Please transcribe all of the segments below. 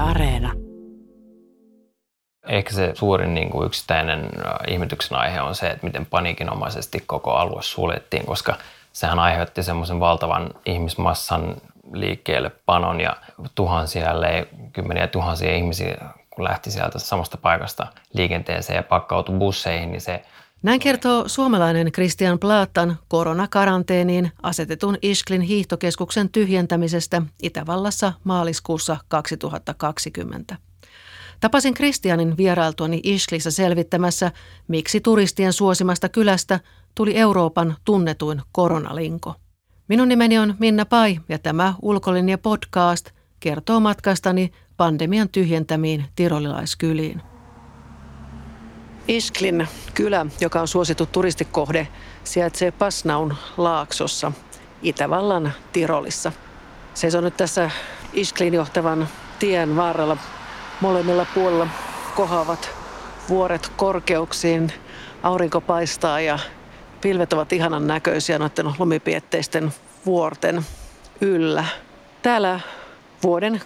Areena. Ehkä se suurin yksittäinen ihmetyksen aihe on se, että miten paniikinomaisesti koko alue suljettiin, koska sehän aiheutti semmoisen valtavan ihmismassan liikkeelle panon ja kymmeniä tuhansia ihmisiä, kun lähti sieltä samasta paikasta liikenteeseen ja pakkautui busseihin, niin se... Näin kertoo suomalainen Christian Platan koronakaranteeniin asetetun Isklin hiihtokeskuksen tyhjentämisestä Itävallassa maaliskuussa 2020. Tapasin Christianin vierailtuani Isklissä selvittämässä, miksi turistien suosimasta kylästä tuli Euroopan tunnetuin koronalinko. Minun nimeni on Minna Pai ja tämä Ulkolinja podcast kertoo matkastani pandemian tyhjentämiin tirolilaiskyliin. Isklin kylä, joka on suosittu turistikohde, sijaitsee Passnaun laaksossa Itävallan Tirolissa. Seison nyt tässä Isklin johtavan tien varrella. Molemmilla puolilla kohoavat vuoret korkeuksiin, aurinko paistaa ja pilvet ovat ihanan näköisiä noiden lumipietteisten vuorten yllä. Täällä vuoden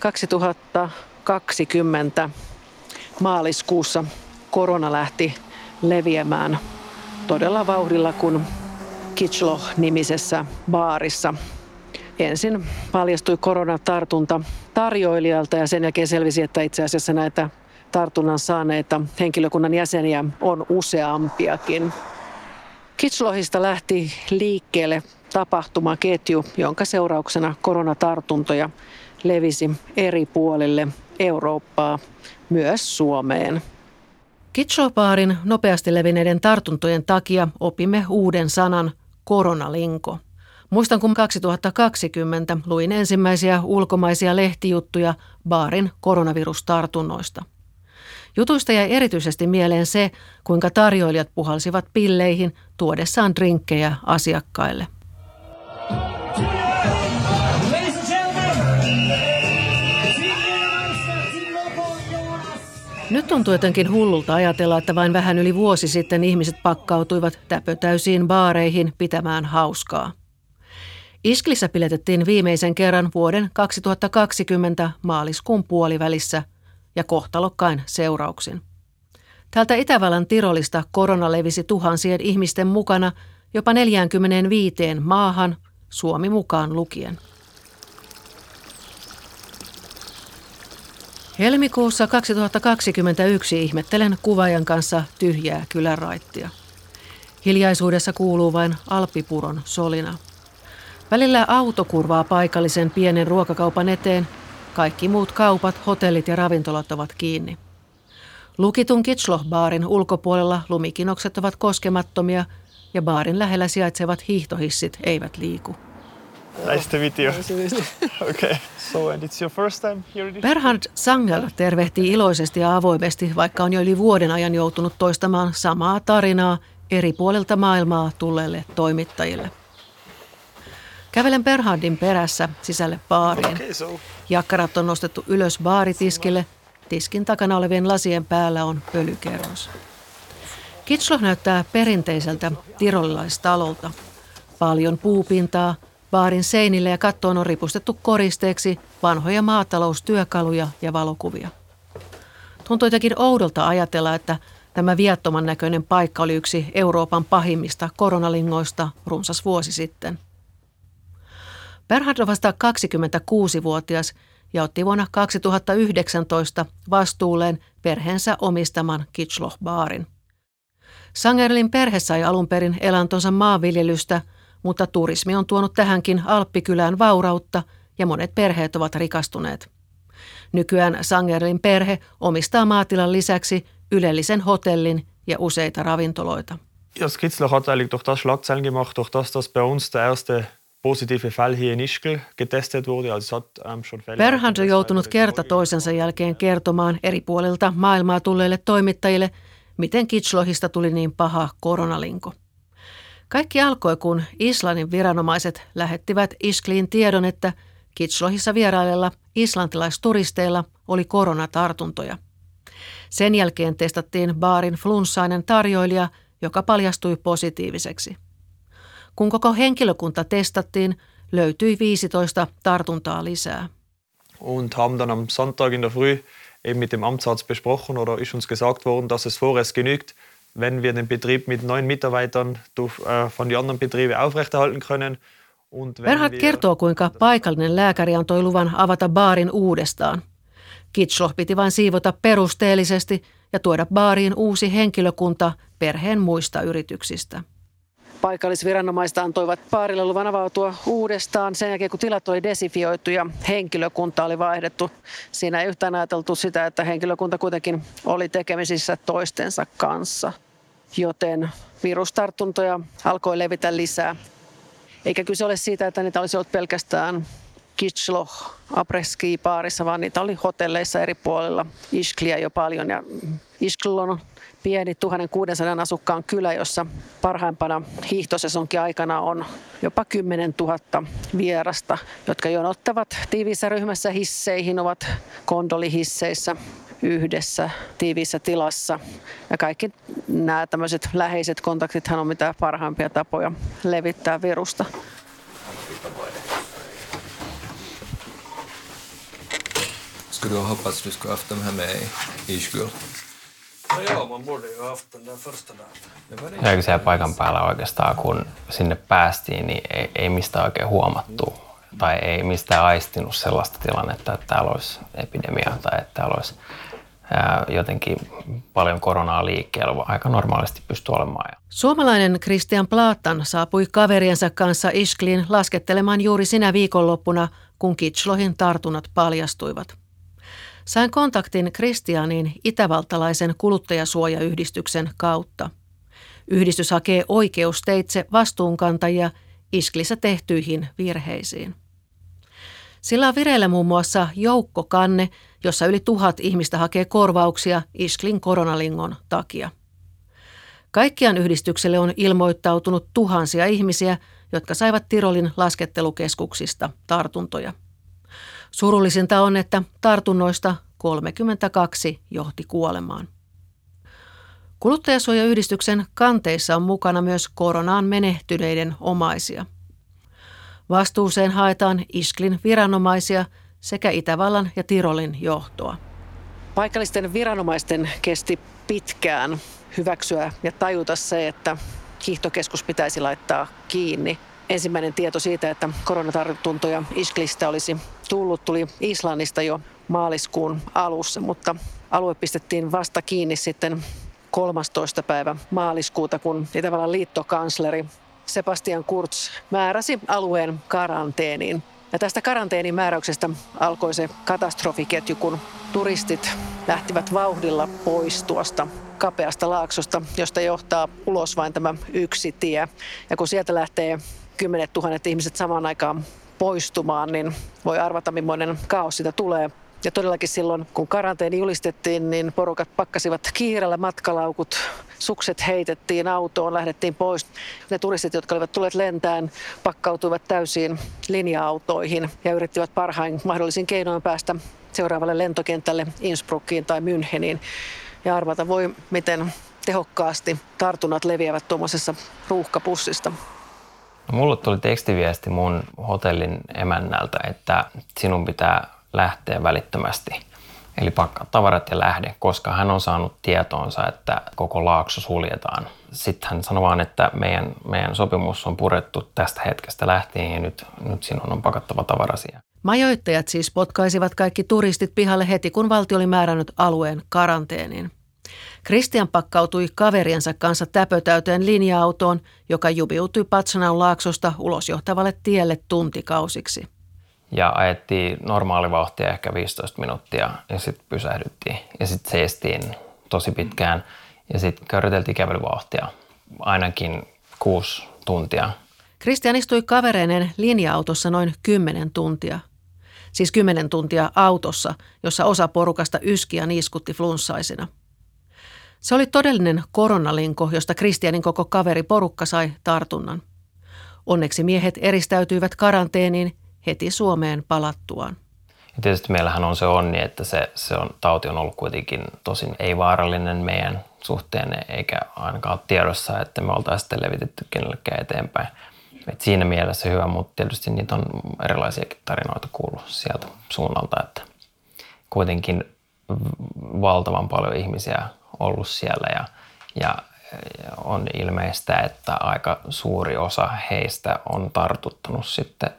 2020 maaliskuussa korona lähti leviämään todella vauhdilla, kun Kitzloch-nimisessä baarissa ensin paljastui koronatartunta tarjoilijalta ja sen jälkeen selvisi, että itse asiassa näitä tartunnan saaneita henkilökunnan jäseniä on useampiakin. Kitzlochista lähti liikkeelle tapahtumaketju, jonka seurauksena koronatartuntoja levisi eri puolille Eurooppaa, myös Suomeen. Kitzloch-baarin nopeasti levinneiden tartuntojen takia opimme uuden sanan koronalinko. Muistan, kun 2020 luin ensimmäisiä ulkomaisia lehtijuttuja baarin koronavirustartunnoista. Jutuista jäi erityisesti mieleen se, kuinka tarjoilijat puhalsivat pilleihin tuodessaan drinkkejä asiakkaille. Nyt tuntuu jotenkin hullulta ajatella, että vain vähän yli vuosi sitten ihmiset pakkautuivat täpötäysiin baareihin pitämään hauskaa. Isklissä piletettiin viimeisen kerran vuoden 2020 maaliskuun puolivälissä ja kohtalokkain seurauksin. Täältä Itävallan Tirolista korona levisi tuhansien ihmisten mukana jopa 45 maahan, Suomi mukaan lukien. Helmikuussa 2021 ihmettelen kuvaajan kanssa tyhjää kylänraittia. Hiljaisuudessa kuuluu vain alppipuron solina. Välillä auto kurvaa paikallisen pienen ruokakaupan eteen. Kaikki muut kaupat, hotellit ja ravintolat ovat kiinni. Lukitun Kitzloch-baarin ulkopuolella lumikinokset ovat koskemattomia ja baarin lähellä sijaitsevat hiihtohissit eivät liiku. Nice to meet you. Okay. So and it's your first time here in Iskli? Bernhard Sanger tervehtii iloisesti ja avoimesti, vaikka on jo yli vuoden ajan joutunut toistamaan samaa tarinaa eri puolilta maailmaa tulleille toimittajille. Kävelen Bernhardin perässä sisälle baariin. Jakkarat on nostettu ylös baaritiskille. Tiskin takana olevien lasien päällä on pölykerros. Kitzloch näyttää perinteiseltä tirolilaistalolta. Paljon puupintaa, baarin seinille ja kattoon on ripustettu koristeeksi vanhoja maataloustyökaluja ja valokuvia. Tuntuu jotenkin oudolta ajatella, että tämä viattoman näköinen paikka oli yksi Euroopan pahimmista koronalingoista runsas vuosi sitten. Bernhard on vasta 26-vuotias ja otti vuonna 2019 vastuulleen perheensä omistaman Kitzloch-baarin. Sangerlin perhe sai alun perin elantonsa maanviljelystä, mutta turismi on tuonut tähänkin Alppikylään vaurautta ja monet perheet ovat rikastuneet. Nykyään Sangerlin perhe omistaa maatilan lisäksi ylellisen hotellin ja useita ravintoloita. Das Kitzloch hat eigentlich durch das Schlagzeilen gemacht, durch das bei uns der erste positive Fall hier in Iskl getestet wurde. Also hat schon Fälle. Bernhard on joutunut kerta toisensa jälkeen kertomaan eri puolilta maailmaa tulleille toimittajille, miten Kitzlochista tuli niin paha koronalinko. Kaikki alkoi, kun Islannin viranomaiset lähettivät Iskliin tiedon, että Kitzlochissa vierailella islantilaisturisteilla oli koronatartuntoja. Sen jälkeen testattiin baarin flunssainen tarjoilija, joka paljastui positiiviseksi. Kun koko henkilökunta testattiin, löytyi 15 tartuntaa lisää. und haben dann am Sonntag in der Früh eben mit dem Amtsarzt besprochen oder ist uns gesagt worden, dass es vorerst genügt, wenn wir den Betrieb mit 9 Mitarbeitern von den anderen Betrieben aufrechterhalten können. Bernhard kertoo, kuinka paikallinen lääkäri antoi luvan avata baarin uudestaan. Kitschloch piti vain siivota perusteellisesti ja tuoda baariin uusi henkilökunta perheen muista yrityksistä. Paikallisviranomaiset antoivat baarille luvan avautua uudestaan sen jälkeen, kun tilat oli desinfioitu ja henkilökunta oli vaihdettu. Siinä ei yhtään ajateltu sitä, että henkilökunta kuitenkin oli tekemisissä toistensa kanssa, joten virustartuntoja alkoi levitä lisää. Eikä kyse ole siitä, että niitä olisi ollut pelkästään Kitschloch après-ski-baarissa, vaan niitä oli hotelleissa eri puolilla. Iskliä jo paljon ja Iskl on pieni 1600 asukkaan kylä, jossa parhaimpana hiihtosesonkin aikana on jopa 10 000 vierasta, jotka jonottavat tiiviissä ryhmässä hisseihin, ovat kondolihisseissä yhdessä tiiviissä tilassa. Ja kaikki nämä tämmöiset läheiset kontaktithan on mitä parhaimpia tapoja levittää virusta. Skulle du ha hoppats du skulle haft dem här med i Iskl? No joo, man borde ju haft den där första där. Ja siellä paikan päällä oikeastaan, kun sinne päästiin, niin ei mistään oikein huomattu tai ei mistään aistinut sellaista tilannetta, että täällä olisi epidemia tai että täällä olisi jotenkin paljon koronaa liikkeellä. Aika normaalisti pystyy olemaan. Suomalainen Christian Platan saapui kaveriensa kanssa Iskliin laskettelemaan juuri sinä viikonloppuna, kun Kitschlochin tartunnat paljastuivat. Sain kontaktin Christianin itävaltalaisen kuluttajasuojayhdistyksen kautta. Yhdistys hakee oikeusteitse vastuunkantajia Isklissä tehtyihin virheisiin. Sillä on vireillä muun muassa joukkokanne, jossa yli 1000 ihmistä hakee korvauksia Isklin koronalingon takia. Kaikkiaan yhdistykselle on ilmoittautunut tuhansia ihmisiä, jotka saivat Tirolin laskettelukeskuksista tartuntoja. Surullisinta on, että tartunnoista 32 johti kuolemaan. Kuluttajasuojayhdistyksen kanteissa on mukana myös koronaan menehtyneiden omaisia. Vastuuseen haetaan Isklin viranomaisia sekä Itävallan ja Tirolin johtoa. Paikallisten viranomaisten kesti pitkään hyväksyä ja tajuta se, että hiihtokeskus pitäisi laittaa kiinni. Ensimmäinen tieto siitä, että koronatartuntoja Isklistä olisi tullut, tuli Islannista jo maaliskuun alussa, mutta alue pistettiin vasta kiinni sitten 13. päivä maaliskuuta, kun Itävallan liittokansleri Sebastian Kurz määräsi alueen karanteeniin. Ja tästä karanteenimääräyksestä alkoi se katastrofiketju, kun turistit lähtivät vauhdilla pois tuosta kapeasta laaksosta, josta johtaa ulos vain tämä yksi tie. Ja kun sieltä lähtee 10 000 ihmiset samaan aikaan poistumaan, niin voi arvata, millainen kaos siitä tulee. Ja todellakin silloin, kun karanteeni julistettiin, niin porukat pakkasivat kiireellä matkalaukut, sukset heitettiin autoon, lähdettiin pois. Ne turistit, jotka olivat tulleet lentään, pakkautuivat täysiin linja-autoihin ja yrittivät parhain mahdollisin keinoin päästä seuraavalle lentokentälle Innsbruckiin tai Müncheniin. Ja arvata voi, miten tehokkaasti tartunnat leviävät tuommoisessa ruuhkapussista. Mulle tuli tekstiviesti mun hotellin emännältä, että sinun pitää lähteä välittömästi. Eli pakkaa tavarat ja lähde, koska hän on saanut tietoonsa, että koko laakso suljetaan. Sitten hän sanoi vaan, että meidän sopimus on purettu tästä hetkestä lähtien ja nyt sinun on pakattava tavarasi. Majoittajat siis potkaisivat kaikki turistit pihalle heti, kun valtio oli määrännyt alueen karanteenin. Christian pakkautui kaveriensa kanssa täpötäyteen linja-autoon, joka jumiutui Patsanaun laaksosta ulosjohtavalle tielle tuntikausiksi. Ja ajettiin normaalivauhtia ehkä 15 minuuttia ja sitten pysähdyttiin ja sitten seistiin tosi pitkään ja sitten körryteltiin kävelyvauhtia ainakin 6 tuntia. Christian istui kavereinen linja-autossa noin 10 tuntia. Siis 10 tuntia autossa, jossa osa porukasta yski ja niiskutti flunssaisina. Se oli todellinen koronalinko, josta Christianin koko kaveriporukka sai tartunnan. Onneksi miehet eristäytyivät karanteeniin heti Suomeen palattuaan. Ja tietysti meillähän on se onni, että tauti on ollut kuitenkin tosin ei-vaarallinen meidän suhteen, eikä ainakaan ole tiedossa, että me oltaisiin sitten levitetty kenellekään eteenpäin. Et siinä mielessä hyvä, mutta tietysti niitä on erilaisiakin tarinoita kuullut sieltä suunnalta, että kuitenkin valtavan paljon ihmisiä ollut siellä ja on ilmeistä, että aika suuri osa heistä on tartuttanut sitten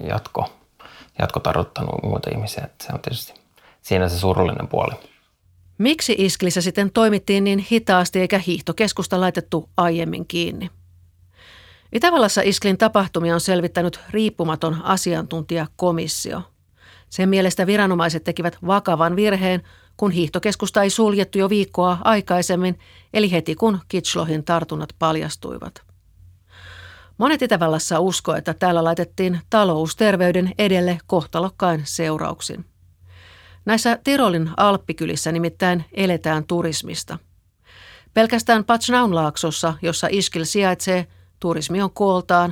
jatkotartuttanut muita ihmisiä. Että se on tietysti siinä se surullinen puoli. Miksi Isklissä sitten toimittiin niin hitaasti eikä hiihtokeskusta laitettu aiemmin kiinni? Itävallassa Isklin tapahtumia on selvittänyt riippumaton asiantuntijakomissio. Sen mielestä viranomaiset tekivät vakavan virheen, kun hiihtokeskusta ei suljettu jo viikkoa aikaisemmin, eli heti kun Kitschlohin tartunnat paljastuivat. Monet Itävallassa uskoo, että täällä laitettiin talous terveyden edelle kohtalokkain seurauksin. Näissä Tirolin alppikylissä nimittäin eletään turismista. Pelkästään Paznaun-laaksossa, jossa Iskil sijaitsee, turismi on kooltaan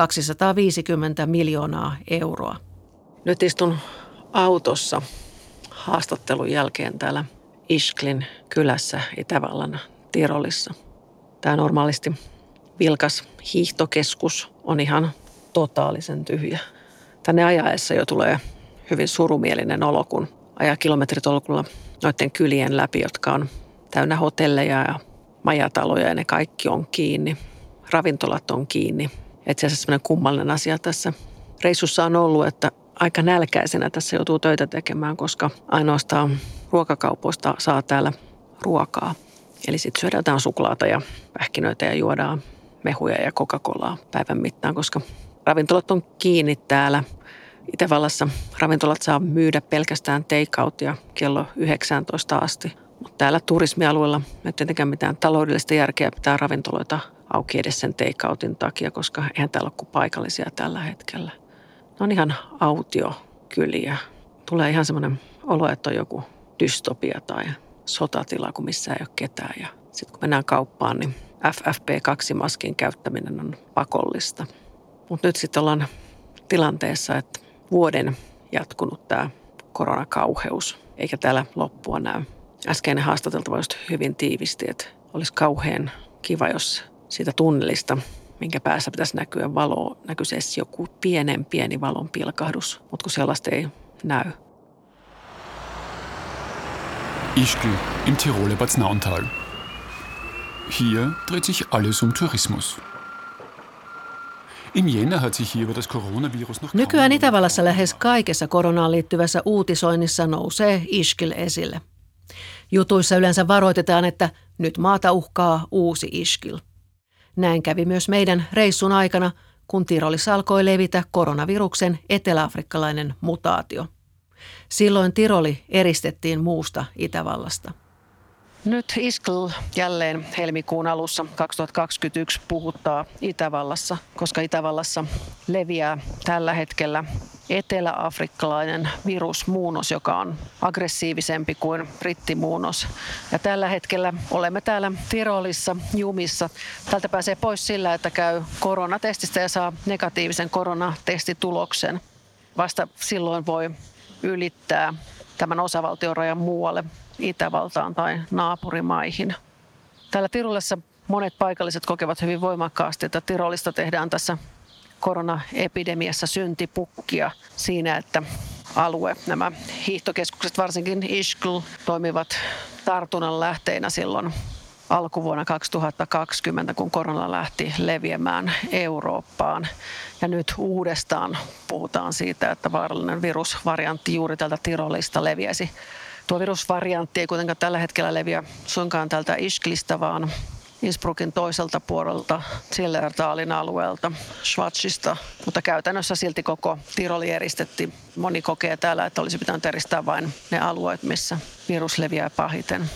250 miljoonaa euroa. Nyt istun autossa haastattelun jälkeen täällä Isklin kylässä Itävallan Tirolissa. Tämä normaalisti vilkas hiihtokeskus on ihan totaalisen tyhjä. Tänne ajaessa jo tulee hyvin surumielinen olo, kun ajaa kilometritolkulla noiden kylien läpi, jotka on täynnä hotelleja ja majataloja ja ne kaikki on kiinni. Ravintolat on kiinni. Itse asiassa sellainen kummallinen asia tässä reissussa on ollut, että aika nälkäisenä tässä joutuu töitä tekemään, koska ainoastaan ruokakaupoista saa täällä ruokaa. Eli sitten syödään jotain suklaata ja pähkinöitä ja juodaan mehuja ja Coca-Colaa päivän mittaan, koska ravintolat on kiinni täällä. Itävallassa ravintolat saa myydä pelkästään take-outia kello 19 asti. Mutta täällä turismialueella ei tietenkään mitään taloudellista järkeä pitää ravintoloita auki edes sen take-outin takia, koska eihän täällä ole kuin paikallisia tällä hetkellä. Ne on ihan autiokyliä. Tulee ihan semmoinen olo, että on joku dystopia tai sotatila, kun missä ei ole ketään. Ja sitten kun mennään kauppaan, niin FFP2-maskin käyttäminen on pakollista. Mutta nyt sitten ollaan tilanteessa, että vuoden jatkunut tämä koronakauheus, eikä täällä loppua näy. Äskeinen haastateltava just hyvin tiivisti, että olisi kauhean kiva, jos siitä tunnelista, minkä päässä pitäisi näkyä valoa, näkyisi edes joku pieni valon pilkahdus, mutta kun sellaista ei näy. Ischgl im Tiroler Paznauntal. Hier dreht sich alles um Tourismus. Im Jänner hat sich hier über das Coronavirus noch Nykyään Itävallassa lähes kaikessa koronaan liittyvässä uutisoinnissa nousee Ischgl esille. Jutuissa yleensä varoitetaan, että nyt maata uhkaa uusi Ischgl. Näin kävi myös meidän reissun aikana, kun Tirolissa alkoi levitä koronaviruksen eteläafrikkalainen mutaatio. Silloin Tiroli eristettiin muusta Itävallasta. Nyt Ischgl jälleen helmikuun alussa 2021 puhuttaa Itävallassa, koska Itävallassa leviää tällä hetkellä eteläafrikkalainen virusmuunnos, joka on aggressiivisempi kuin brittimuunnos. Ja tällä hetkellä olemme täällä Tirolissa jumissa. Täältä pääsee pois sillä, että käy koronatestistä ja saa negatiivisen koronatestituloksen. Vasta silloin voi ylittää tämän osavaltion rajan muualle Itävaltaan tai naapurimaihin. Täällä Tirolissa monet paikalliset kokevat hyvin voimakkaasti, että Tirolista tehdään tässä koronaepidemiassa syntipukkia siinä, että alue, nämä hiihtokeskukset, varsinkin Ischgl, toimivat tartunnan lähteinä silloin alkuvuonna 2020, kun korona lähti leviämään Eurooppaan. Ja nyt uudestaan puhutaan siitä, että vaarallinen virusvariantti juuri tältä Tirolista leviäisi. Tuo virusvariantti ei kuitenkaan tällä hetkellä leviä suinkaan tältä Ischglistä, vaan Innsbruckin toiselta puolelta, Zillertalin alueelta, Schwarzista. Mutta käytännössä silti koko Tiroli eristettiin. Moni kokee täällä, että olisi pitänyt eristää vain ne alueet, missä virus leviää pahiten.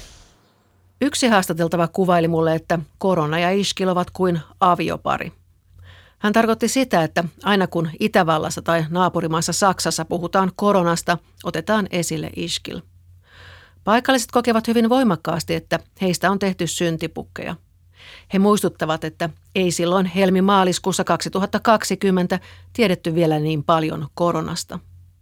Yksi haastateltava kuvaili mulle, että korona ja Ischgl ovat kuin aviopari. Hän tarkoitti sitä, että aina kun Itävallassa tai naapurimaassa Saksassa puhutaan koronasta, otetaan esille Ischgl. Paikalliset kokevat hyvin voimakkaasti, että heistä on tehty syntipukkeja. He muistuttavat, että ei silloin helmi-maaliskuussa 2020 tiedetty vielä niin paljon koronasta.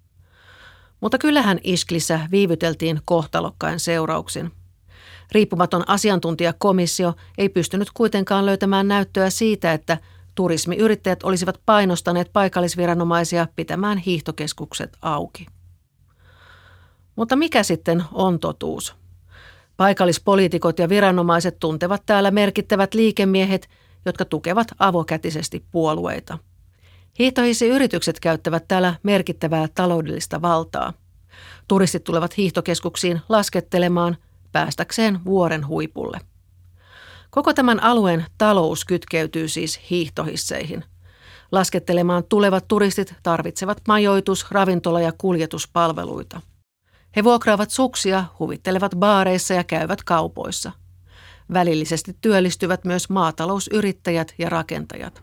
Mutta kyllähän Ischglissä viivyteltiin kohtalokkain seurauksin. Riippumaton asiantuntijakomissio ei pystynyt kuitenkaan löytämään näyttöä siitä, että turismiyrittäjät olisivat painostaneet paikallisviranomaisia pitämään hiihtokeskukset auki. Mutta mikä sitten on totuus? Paikallispoliitikot ja viranomaiset tuntevat täällä merkittävät liikemiehet, jotka tukevat avokätisesti puolueita. Hiihtohissiyritykset käyttävät täällä merkittävää taloudellista valtaa. Turistit tulevat hiihtokeskuksiin laskettelemaan päästäkseen vuoren huipulle. Koko tämän alueen talous kytkeytyy siis hiihtohisseihin. Laskettelemaan tulevat turistit tarvitsevat majoitus-, ravintola- ja kuljetuspalveluita. He vuokraavat suksia, huvittelevat baareissa ja käyvät kaupoissa. Välillisesti työllistyvät myös maatalousyrittäjät ja rakentajat.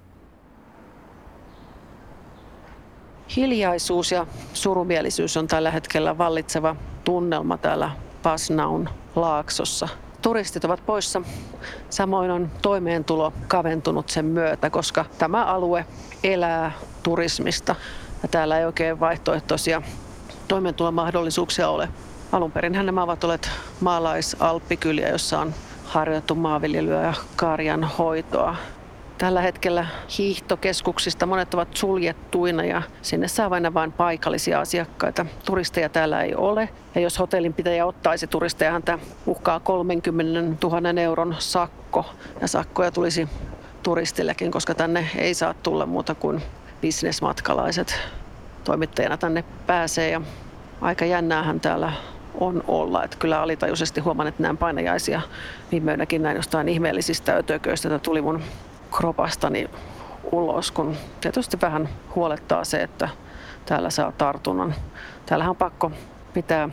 Hiljaisuus ja surumielisyys on tällä hetkellä vallitseva tunnelma täällä Pasnaun laaksossa. Turistit ovat poissa. Samoin on toimeentulo kaventunut sen myötä, koska tämä alue elää turismista. Ja täällä ei oikein vaihtoehtoisia toimeentulomahdollisuuksia ole. Alunperinhän nämä ovat olleet maalaisalppikyliä, jossa on harjoitettu maanviljelyä ja karjan hoitoa. Tällä hetkellä hiihtokeskuksista monet ovat suljettuina ja sinne saa vain paikallisia asiakkaita. Turisteja täällä ei ole. Ja jos hotellinpitäjä ottaisi turisteja, häntä uhkaa 30 000 euron sakko. Ja sakkoja tulisi turistillekin, koska tänne ei saa tulla muuta kuin bisnesmatkalaiset. Toimittajana tänne pääsee ja aika jännäähän täällä on olla. Että kyllä alitajuisesti huomaan, että näen painajaisia viime yönäkin näin jostain ihmeellisistä ötököistä, että tuli mun kropastani ulos, kun tietysti vähän huolettaa se, että täällä saa tartunnan. Täällähän on pakko pitää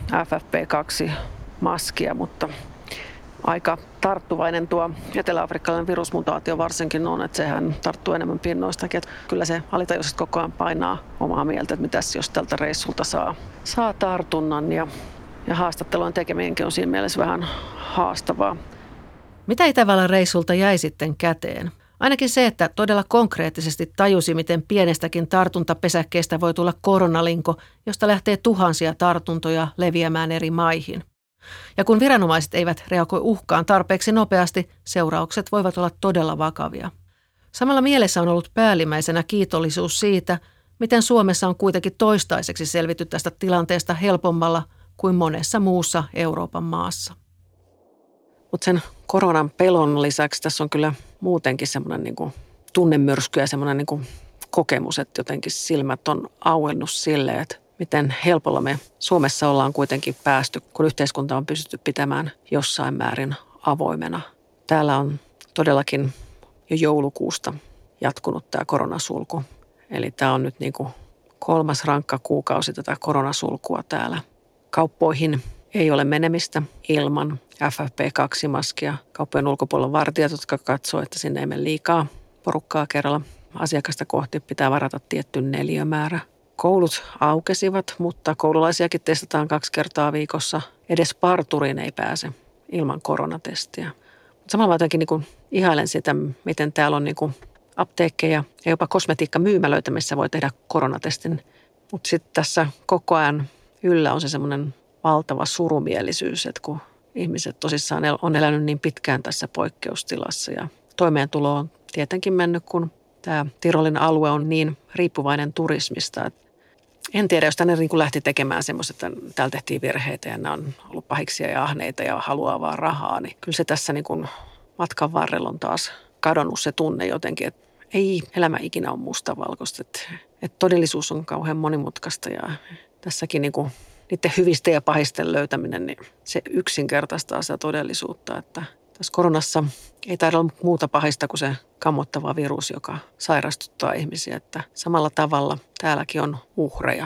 FFP2-maskia, mutta aika tarttuvainen tuo eteläafrikkalainen virusmutaatio varsinkin on, että sehän tarttuu enemmän pinnoistakin. Että kyllä se alitajuisesti koko ajan painaa omaa mieltä, että mitäs jos tältä reissulta saa tartunnan ja haastattelujen tekeminenkin on siinä mielessä vähän haastavaa. Mitä Itävallan reissulta jäi sitten käteen? Ainakin se, että todella konkreettisesti tajusi, miten pienestäkin tartuntapesäkkeestä voi tulla koronalinko, josta lähtee tuhansia tartuntoja leviämään eri maihin. Ja kun viranomaiset eivät reagoi uhkaan tarpeeksi nopeasti, seuraukset voivat olla todella vakavia. Samalla mielessä on ollut päällimmäisenä kiitollisuus siitä, miten Suomessa on kuitenkin toistaiseksi selvitty tästä tilanteesta helpommalla kuin monessa muussa Euroopan maassa. Mutta sen koronan pelon lisäksi tässä on kyllä muutenkin semmoinen niinku tunnemyrsky ja semmoinen niinku kokemus, että jotenkin silmät on auennut silleen, että miten helpolla me Suomessa ollaan kuitenkin päästy, kun yhteiskunta on pystytty pitämään jossain määrin avoimena. Täällä on todellakin jo joulukuusta jatkunut tämä koronasulku. Eli tämä on nyt niinku 3. rankka kuukausi tätä koronasulkua täällä. Kauppoihin ei ole menemistä ilman FFP2-maskia. Kauppojen ulkopuolella vartijat, jotka katsoo, että sinne ei mene liikaa porukkaa kerralla asiakasta kohti. Pitää varata tietty neliömäärä. Koulut aukesivat, mutta koululaisiakin testataan 2 kertaa viikossa. Edes parturiin ei pääse ilman koronatestiä. Mutta samalla mä jotenkin niin ihailen sitä, miten täällä on niin apteekkeja ja jopa kosmetiikkamyymälöitä, missä voi tehdä koronatestin. Mutta sitten tässä koko ajan yllä on se semmoinen valtava surumielisyys, että kun ihmiset tosissaan on elänyt niin pitkään tässä poikkeustilassa ja toimeentulo on tietenkin mennyt, kun tämä Tirolin alue on niin riippuvainen turismista. En tiedä, jos tänne niin lähti tekemään semmoista, että täällä tehtiin virheitä ja nämä on ollut pahiksia ja ahneita ja haluaa vaan rahaa, niin kyllä se tässä niin kuin matkan varrella on taas kadonnut se tunne jotenkin, että ei elämä ikinä ole mustavalkoista, että todellisuus on kauhean monimutkaista ja tässäkin niin kuin niiden hyvistä ja pahisten löytäminen, niin se yksinkertaistaa sitä todellisuutta, että tässä koronassa ei taida olla muuta pahista kuin se kammottava virus, joka sairastuttaa ihmisiä, että samalla tavalla täälläkin on uhreja.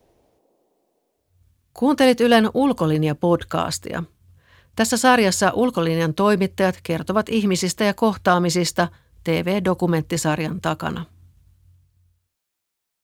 Kuuntelit Ylen Ulkolinja-podcastia. Tässä sarjassa Ulkolinjan toimittajat kertovat ihmisistä ja kohtaamisista TV-dokumenttisarjan takana.